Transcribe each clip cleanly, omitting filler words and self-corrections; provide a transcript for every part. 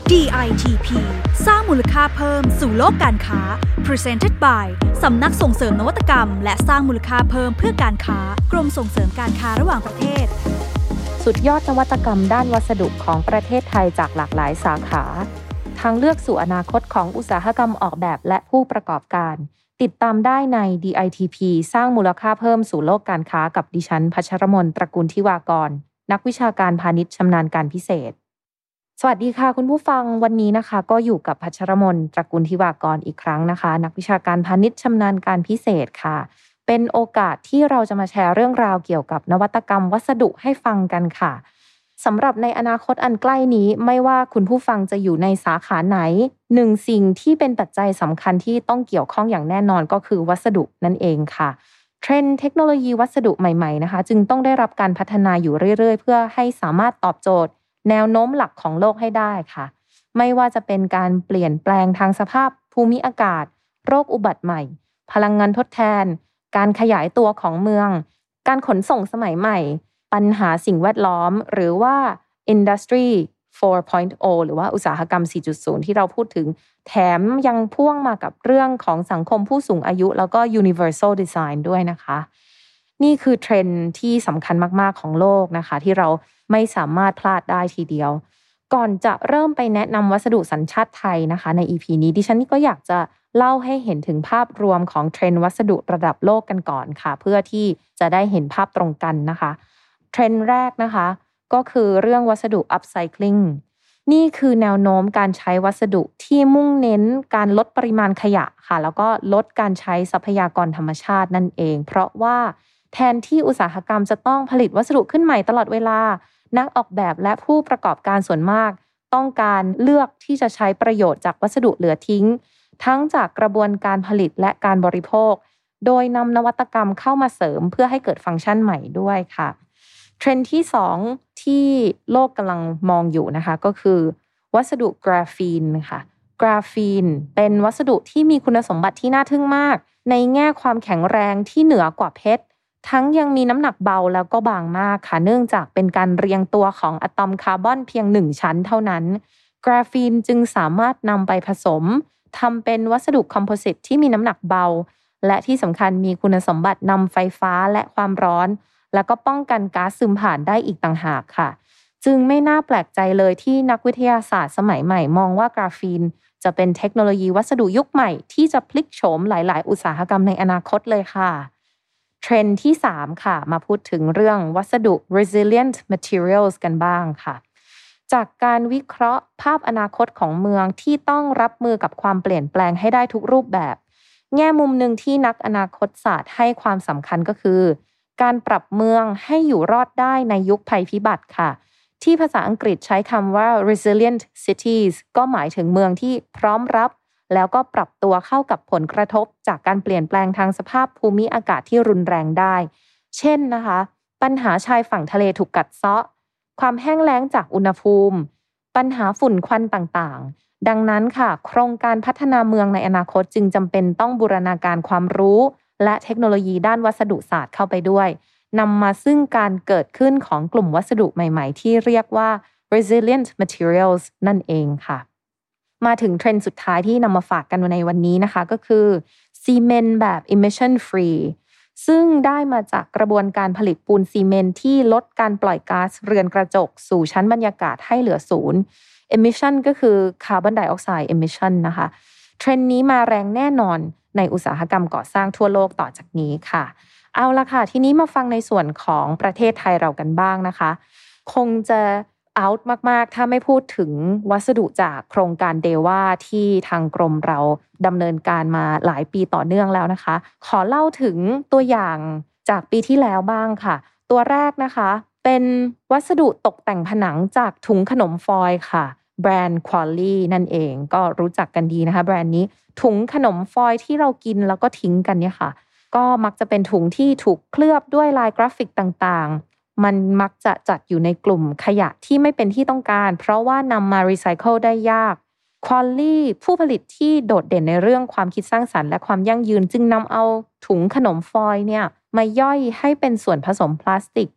DITP สร้างมูลค่าเพิ่มสู่โลกการค้า Presented by สำนักส่งเสริมนวัตกรรมและสร้างมูลค่าเพิ่มเพื่อการค้ากรมส่งเสริมการค้าระหว่างประเทศสุดยอดนวัตกรรมด้านวัสดุของประเทศไทยจากหลากหลายสาขาทางเลือกสู่อนาคตของอุตสาหกรรมออกแบบและผู้ประกอบการติดตามได้ใน DITP สร้างมูลค่าเพิ่มสู่โลกการค้ากับดิฉันภัชรมนตระกูลทิวากรนักวิชาการพาณิชย์ชำนาญการพิเศษสวัสดีค่ะคุณผู้ฟังวันนี้นะคะก็อยู่กับภัชรมนตระกูลทิวากรอีกครั้งนะคะนักวิชาการพาณิชย์ชำนาญการพิเศษค่ะเป็นโอกาสที่เราจะมาแชร์เรื่องราวเกี่ยวกับนวัตกรรมวัสดุให้ฟังกันค่ะสำหรับในอนาคตอันใกล้นี้ไม่ว่าคุณผู้ฟังจะอยู่ในสาขาไหนหนึ่งสิ่งที่เป็นปัจจัยสำคัญที่ต้องเกี่ยวข้องอย่างแน่นอนก็คือวัสดุนั่นเองค่ะเทรนด์เทคโนโลยีวัสดุใหม่ๆนะคะจึงต้องได้รับการพัฒนาอยู่เรื่อยๆเพื่อให้สามารถตอบโจทย์แนวโน้มหลักของโลกให้ได้ค่ะไม่ว่าจะเป็นการเปลี่ยนแปลงทางสภาพภูมิอากาศโรคอุบัติใหม่พลังงานทดแทนการขยายตัวของเมืองการขนส่งสมัยใหม่ปัญหาสิ่งแวดล้อมหรือว่า Industry 4.0 หรือว่าอุตสาหกรรม 4.0 ที่เราพูดถึงแถมยังพ่วงมากับเรื่องของสังคมผู้สูงอายุแล้วก็ Universal Design ด้วยนะคะนี่คือเทรนด์ที่สำคัญมากๆของโลกนะคะที่เราไม่สามารถพลาดได้ทีเดียวก่อนจะเริ่มไปแนะนำวัสดุสัญชาติไทยนะคะใน EP นี้ดิฉันก็อยากจะเล่าให้เห็นถึงภาพรวมของเทรนด์วัสดุระดับโลกกันก่อนค่ะเพื่อที่จะได้เห็นภาพตรงกันนะคะเทรนด์แรกนะคะก็คือเรื่องวัสดุ upcycling นี่คือแนวโน้มการใช้วัสดุที่มุ่งเน้นการลดปริมาณขยะค่ะแล้วก็ลดการใช้ทรัพยากรธรรมชาตินั่นเองเพราะว่าแทนที่อุตสาหกรรมจะต้องผลิตวัสดุขึ้นใหม่ตลอดเวลานักออกแบบและผู้ประกอบการส่วนมากต้องการเลือกที่จะใช้ประโยชน์จากวัสดุเหลือทิ้งทั้งจากกระบวนการผลิตและการบริโภคโดยนำนวัตกรรมเข้ามาเสริมเพื่อให้เกิดฟังก์ชันใหม่ด้วยค่ะเทรนด์ที่2ที่โลกกำลังมองอยู่นะคะก็คือวัสดุกราฟีนค่ะกราฟีนเป็นวัสดุที่มีคุณสมบัติที่น่าทึ่งมากในแง่ความแข็งแรงที่เหนือกว่าเพชรทั้งยังมีน้ำหนักเบาแล้วก็บางมากค่ะเนื่องจากเป็นการเรียงตัวของอะตอมคาร์บอนเพียง1ชั้นเท่านั้นกราฟีนจึงสามารถนำไปผสมทำเป็นวัสดุคอมโพสิตที่มีน้ำหนักเบาและที่สำคัญมีคุณสมบัตินำไฟฟ้าและความร้อนแล้วก็ป้องกันก๊าซซึมผ่านได้อีกต่างหากค่ะจึงไม่น่าแปลกใจเลยที่นักวิทยาศาสตร์สมัยใหม่มองว่ากราฟีนจะเป็นเทคโนโลยีวัสดุยุคใหม่ที่จะพลิกโฉมหลายๆอุตสาหกรรมในอนาคตเลยค่ะเทรนด์ที่3ค่ะมาพูดถึงเรื่องวัสดุ resilient materials กันบ้างค่ะจากการวิเคราะห์ภาพอนาคตของเมืองที่ต้องรับมือกับความเปลี่ยนแปลงให้ได้ทุกรูปแบบแง่มุมหนึ่งที่นักอนาคตศาสตร์ให้ความสำคัญก็คือการปรับเมืองให้อยู่รอดได้ในยุคภัยพิบัติค่ะที่ภาษาอังกฤษใช้คำว่า resilient cities ก็หมายถึงเมืองที่พร้อมรับแล้วก็ปรับตัวเข้ากับผลกระทบจากการเปลี่ยนแปลงทางสภาพภูมิอากาศที่รุนแรงได้เช่นนะคะปัญหาชายฝั่งทะเลถูกกัดเซาะความแห้งแล้งจากอุณหภูมิปัญหาฝุ่นควันต่างๆดังนั้นค่ะโครงการพัฒนาเมืองในอนาคตจึงจำเป็นต้องบูรณาการความรู้และเทคโนโลยีด้านวัสดุศาสตร์เข้าไปด้วยนำมาซึ่งการเกิดขึ้นของกลุ่มวัสดุใหม่ๆที่เรียกว่า resilient materials นั่นเองค่ะมาถึงเทรนด์สุดท้ายที่นำมาฝากกันในวันนี้นะคะก็คือซีเมนต์แบบ emission free ซึ่งได้มาจากกระบวนการผลิตปูนซีเมนต์ที่ลดการปล่อยก๊าซเรือนกระจกสู่ชั้นบรรยากาศให้เหลือศูนย์ emission ก็คือ carbon dioxide emission นะคะเทรนด์นี้มาแรงแน่นอนในอุตสาหกรรมก่อสร้างทั่วโลกต่อจากนี้ค่ะเอาละค่ะทีนี้มาฟังในส่วนของประเทศไทยเรากันบ้างนะคะคงจะout มากๆถ้าไม่พูดถึงวัสดุจากโครงการเดว่าที่ทางกรมเราดำเนินการมาหลายปีต่อเนื่องแล้วนะคะขอเล่าถึงตัวอย่างจากปีที่แล้วบ้างค่ะตัวแรกนะคะเป็นวัสดุตกแต่งผนังจากถุงขนมฟอยล์ค่ะแบรนด์ Qually นั่นเองก็รู้จักกันดีนะคะแบรนด์นี้ถุงขนมฟอยล์ที่เรากินแล้วก็ทิ้งกันเนี่ยค่ะก็มักจะเป็นถุงที่ถูกเคลือบด้วยลายกราฟิกต่างๆมันมักจะจัดอยู่ในกลุ่มขยะที่ไม่เป็นที่ต้องการเพราะว่านำมารีไซเคิลได้ยาก Qually ผู้ผลิตที่โดดเด่นในเรื่องความคิดสร้างสรรค์และความยั่งยืนจึงนำเอาถุงขนมฟอยล์เนี่ยมาย่อยให้เป็นส่วนผสมพลาสติก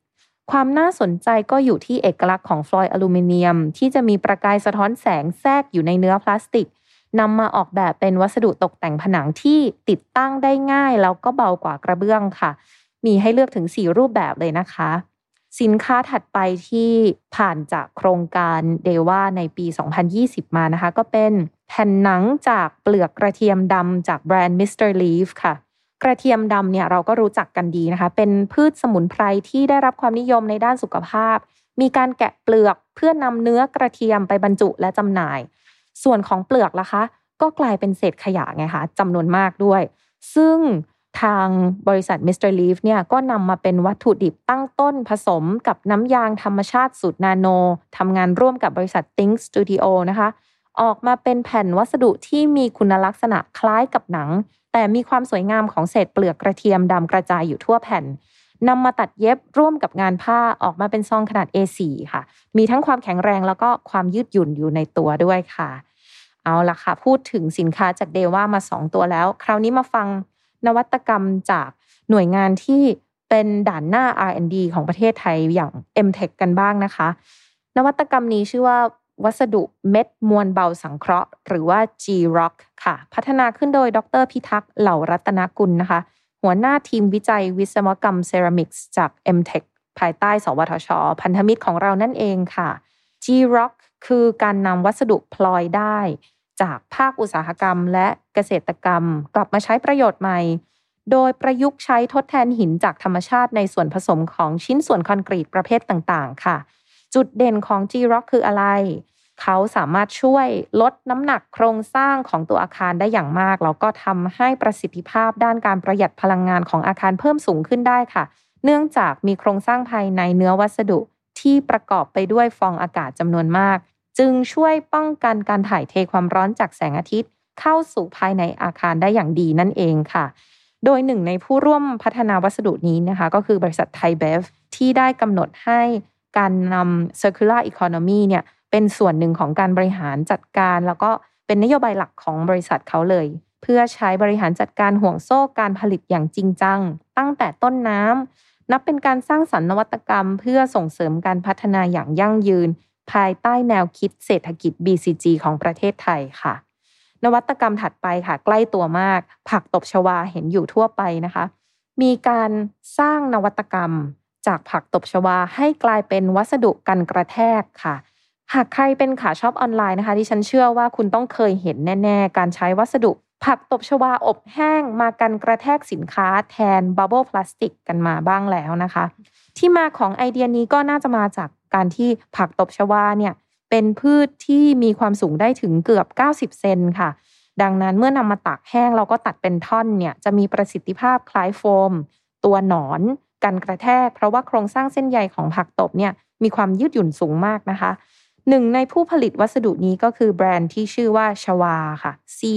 ความน่าสนใจก็อยู่ที่เอกลักษณ์ของฟลอยด์อลูมิเนียมที่จะมีประกายสะท้อนแสงแทรกอยู่ในเนื้อพลาสติกนำมาออกแบบเป็นวัสดุตกแต่งผนังที่ติดตั้งได้ง่ายแล้วก็เบากว่ากระเบื้องค่ะมีให้เลือกถึง4รูปแบบเลยนะคะสินค้าถัดไปที่ผ่านจากโครงการเดว่าในปี 2020 มานะคะก็เป็นแผ่นหนังจากเปลือกกระเทียมดำจากแบรนด์ Mr. Leaf ค่ะกระเทียมดำเนี่ยเราก็รู้จักกันดีนะคะเป็นพืชสมุนไพรที่ได้รับความนิยมในด้านสุขภาพมีการแกะเปลือกเพื่อนำเนื้อกระเทียมไปบรรจุและจำหน่ายส่วนของเปลือกล่ะคะก็กลายเป็นเศษขยะไงคะจำนวนมากด้วยซึ่งทางบริษัท Mr. Leaf เนี่ยก็นำมาเป็นวัตถุดิบตั้งต้นผสมกับน้ำยางธรรมชาติสูตรนาโนทำงานร่วมกับบริษัท Think Studio นะคะออกมาเป็นแผ่นวัสดุที่มีคุณลักษณะคล้ายกับหนังแต่มีความสวยงามของเศษเปลือกกระเทียมดำกระจายอยู่ทั่วแผ่นนำมาตัดเย็บร่วมกับงานผ้าออกมาเป็นซองขนาด A4 ค่ะมีทั้งความแข็งแรงแล้วก็ความยืดหยุ่นอยู่ในตัวด้วยค่ะเอาล่ะค่ะพูดถึงสินค้าจากเดว่ามา2ตัวแล้วคราวนี้มาฟังนวัตกรรมจากหน่วยงานที่เป็นด่านหน้า R&D ของประเทศไทยอย่าง MTech กันบ้างนะคะนวัตกรรมนี้ชื่อว่าวัสดุเม็ดมวลเบาสังเคราะห์หรือว่า G-Rock ค่ะพัฒนาขึ้นโดยดร.พิทักษ์เหล่ารัตนกุลนะคะหัวหน้าทีมวิจัยวิศวกรรมเซรามิกส์จาก MTech ภายใต้สวทช.พันธมิตรของเรานั่นเองค่ะ G-Rock คือการนำวัสดุพลอยได้จากภาคอุตสาหกรรมและเกษตรกรรมกลับมาใช้ประโยชน์ใหม่โดยประยุกต์ใช้ทดแทนหินจากธรรมชาติในส่วนผสมของชิ้นส่วนคอนกรีตประเภทต่างๆค่ะจุดเด่นของ G-Rock คืออะไรเขาสามารถช่วยลดน้ำหนักโครงสร้างของตัวอาคารได้อย่างมากแล้วก็ทำให้ประสิทธิภาพด้านการประหยัดพลังงานของอาคารเพิ่มสูงขึ้นได้ค่ะเนื่องจากมีโครงสร้างภายในเนื้อวัสดุที่ประกอบไปด้วยฟองอากาศจำนวนมากจึงช่วยป้องกันการถ่ายเทความร้อนจากแสงอาทิตย์เข้าสู่ภายในอาคารได้อย่างดีนั่นเองค่ะโดยหนึ่งในผู้ร่วมพัฒนาวัสดุนี้นะคะก็คือบริษัทไทยเบฟที่ได้กำหนดให้การนำ circular economy เนี่ยเป็นส่วนหนึ่งของการบริหารจัดการแล้วก็เป็นนโยบายหลักของบริษัทเขาเลยเพื่อใช้บริหารจัดการห่วงโซ่การผลิตอย่างจริงจังตั้งแต่ต้นน้ำนับเป็นการสร้างสรรค์นวัตกรรมเพื่อส่งเสริมการพัฒนาอย่างยั่งยืนภายใต้แนวคิดเศรษฐกิจ BCG ของประเทศไทยค่ะนวัตกรรมถัดไปค่ะใกล้ตัวมากผักตบชวาเห็นอยู่ทั่วไปนะคะมีการสร้างนวัตกรรมจากผักตบชวาให้กลายเป็นวัสดุกันกระแทกค่ะหากใครเป็นขาช็อปออนไลน์นะคะที่ฉันเชื่อว่าคุณต้องเคยเห็นแน่ๆการใช้วัสดุผักตบชวาอบแห้งมากันกระแทกสินค้าแทนบับเบิลพลาสติกกันมาบ้างแล้วนะคะที่มาของไอเดียนี้ก็น่าจะมาจากการที่ผักตบชวาเนี่ยเป็นพืชที่มีความสูงได้ถึงเกือบ90เซนค่ะดังนั้นเมื่อนำมาตากแห้งเราก็ตัดเป็นท่อนเนี่ยจะมีประสิทธิภาพคล้ายโฟมตัวหนอนกันกระแทกเพราะว่าโครงสร้างเส้นใยของผักตบเนี่ยมีความยืดหยุ่นสูงมากนะคะหนึ่งในผู้ผลิตวัสดุนี้ก็คือแบรนด์ที่ชื่อว่าชวาค่ะ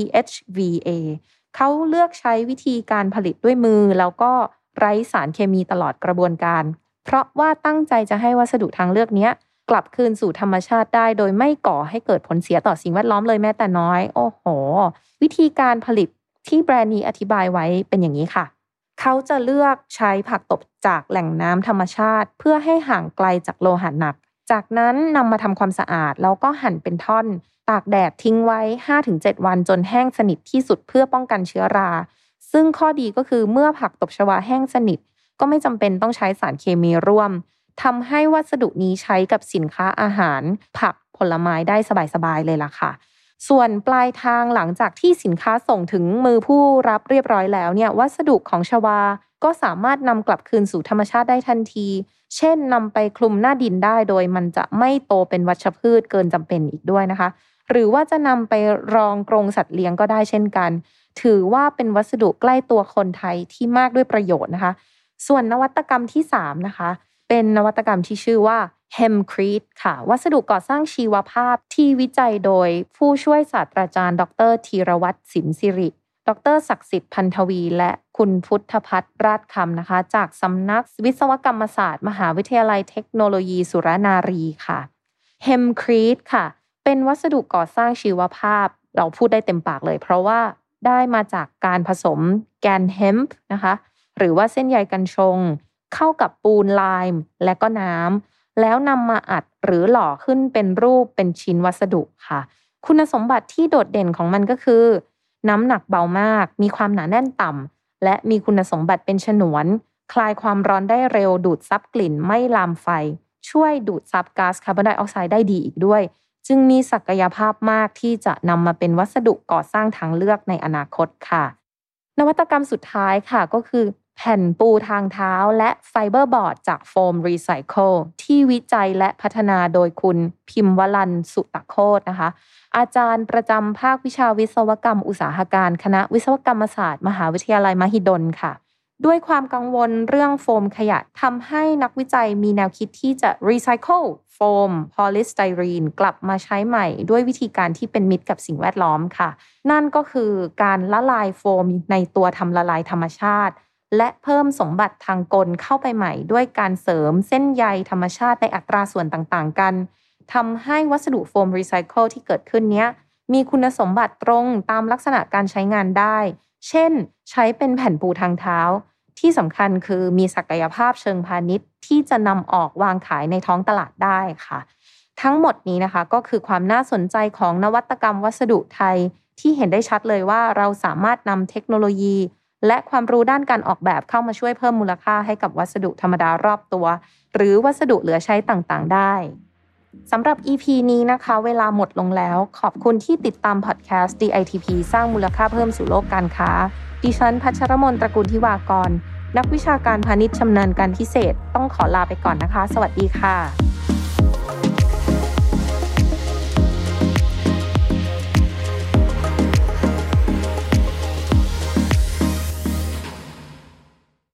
CHVA เขาเลือกใช้วิธีการผลิตด้วยมือแล้วก็ไร้สารเคมีตลอดกระบวนการเพราะว่าตั้งใจจะให้วัสดุทางเลือกนี้กลับคืนสู่ธรรมชาติได้โดยไม่ก่อให้เกิดผลเสียต่อสิ่งแวดล้อมเลยแม้แต่น้อยโอ้โหวิธีการผลิตที่แบรนด์นี้อธิบายไว้เป็นอย่างนี้ค่ะเขาจะเลือกใช้ผักตบจากแหล่งน้ำธรรมชาติเพื่อให้ห่างไกลจากโลหะหนักจากนั้นนำมาทำความสะอาดแล้วก็หั่นเป็นท่อนตากแดดทิ้งไว้ 5-7 วันจนแห้งสนิทที่สุดเพื่อป้องกันเชื้อราซึ่งข้อดีก็คือเมื่อผักตบชวาแห้งสนิทก็ไม่จำเป็นต้องใช้สารเคมีร่วมทำให้วัสดุนี้ใช้กับสินค้าอาหารผักผลไม้ได้สบายๆเลยล่ะค่ะส่วนปลายทางหลังจากที่สินค้าส่งถึงมือผู้รับเรียบร้อยแล้วเนี่ยวัสดุของชวาก็สามารถนำกลับคืนสู่ธรรมชาติได้ทันทีเช่นนำไปคลุมหน้าดินได้โดยมันจะไม่โตเป็นวัชพืชเกินจำเป็นอีกด้วยนะคะหรือว่าจะนำไปรองกรงสัตว์เลี้ยงก็ได้เช่นกันถือว่าเป็นวัสดุใกล้ตัวคนไทยที่มากด้วยประโยชน์นะคะส่วนนวัตกรรมที่3นะคะเป็นนวัตกรรมที่ชื่อว่า Hempcrete ค่ะวัสดุก่อสร้างชีวภาพที่วิจัยโดยผู้ช่วยศาสตราจารย์ดร.ธีรวัตรสินสิริดร.ศักดิ์สิทธิ์พันธวีและคุณพุทธพัฒน์ราชคำนะคะจากสำนักวิศวกรรมศาสตร์มหาวิทยาลัยเทคโนโลยีสุรนารีค่ะ Hempcrete ค่ะเป็นวัสดุก่อสร้างชีวภาพเราพูดได้เต็มปากเลยเพราะว่าได้มาจากการผสมแกนเฮมป์นะคะหรือว่าเส้นใยกัญชงเข้ากับปูนไลม์และก็น้ำแล้วนำมาอัดหรือหล่อขึ้นเป็นรูปเป็นชิ้นวัสดุค่ะคุณสมบัติที่โดดเด่นของมันก็คือน้ำหนักเบามากมีความหนาแน่นต่ำและมีคุณสมบัติเป็นฉนวนคลายความร้อนได้เร็วดูดซับกลิ่นไม่ลามไฟช่วยดูดซับก๊าซคาร์บอนไดออกไซด์ได้ดีอีกด้วยจึงมีศักยภาพมากที่จะนำมาเป็นวัสดุก่อสร้างทางเลือกในอนาคตค่ะนวัตกรรมสุดท้ายค่ะก็คือแผ่นปูทางเท้าและไฟเบอร์บอร์ดจากโฟมรีไซเคิลที่วิจัยและพัฒนาโดยคุณพิมวลันสุตโคตนะคะอาจารย์ประจำภาควิชาวิศวกรรมอุตสาหการคณะวิศวกรรมศาสตร์มหาวิทยาลัยมหิดลค่ะด้วยความกังวลเรื่องโฟมขยะทำให้นักวิจัยมีแนวคิดที่จะรีไซเคิลโฟมพอลิสไตรีนกลับมาใช้ใหม่ด้วยวิธีการที่เป็นมิตรกับสิ่งแวดล้อมค่ะนั่นก็คือการละลายโฟมในตัวทำละลายธรรมชาติและเพิ่มสมบัติทางกลเข้าไปใหม่ด้วยการเสริมเส้นใยธรรมชาติในอัตราส่วนต่างๆกันทำให้วัสดุโฟมรีไซเคิลที่เกิดขึ้นเนี้ยมีคุณสมบัติตรงตามลักษณะการใช้งานได้เช่นใช้เป็นแผ่นปูทางเท้าที่สำคัญคือมีศักยภาพเชิงพาณิชย์ที่จะนำออกวางขายในท้องตลาดได้ค่ะทั้งหมดนี้นะคะก็คือความน่าสนใจของนวัตกรรมวัสดุไทยที่เห็นได้ชัดเลยว่าเราสามารถนำเทคโนโลยีและความรู้ด้านการออกแบบเข้ามาช่วยเพิ่มมูลค่าให้กับวัสดุธรรมดารอบตัวหรือวัสดุเหลือใช้ต่างๆได้สำหรับ EP นี้นะคะเวลาหมดลงแล้วขอบคุณที่ติดตามพอดแคสต์ DITP สร้างมูลค่าเพิ่มสู่โลกการค้าดิฉันภัชรมนตระกูลทิวากรนักวิชาการพาณิชย์ชำนาญการพิเศษต้องขอลาไปก่อนนะคะสวัสดีค่ะ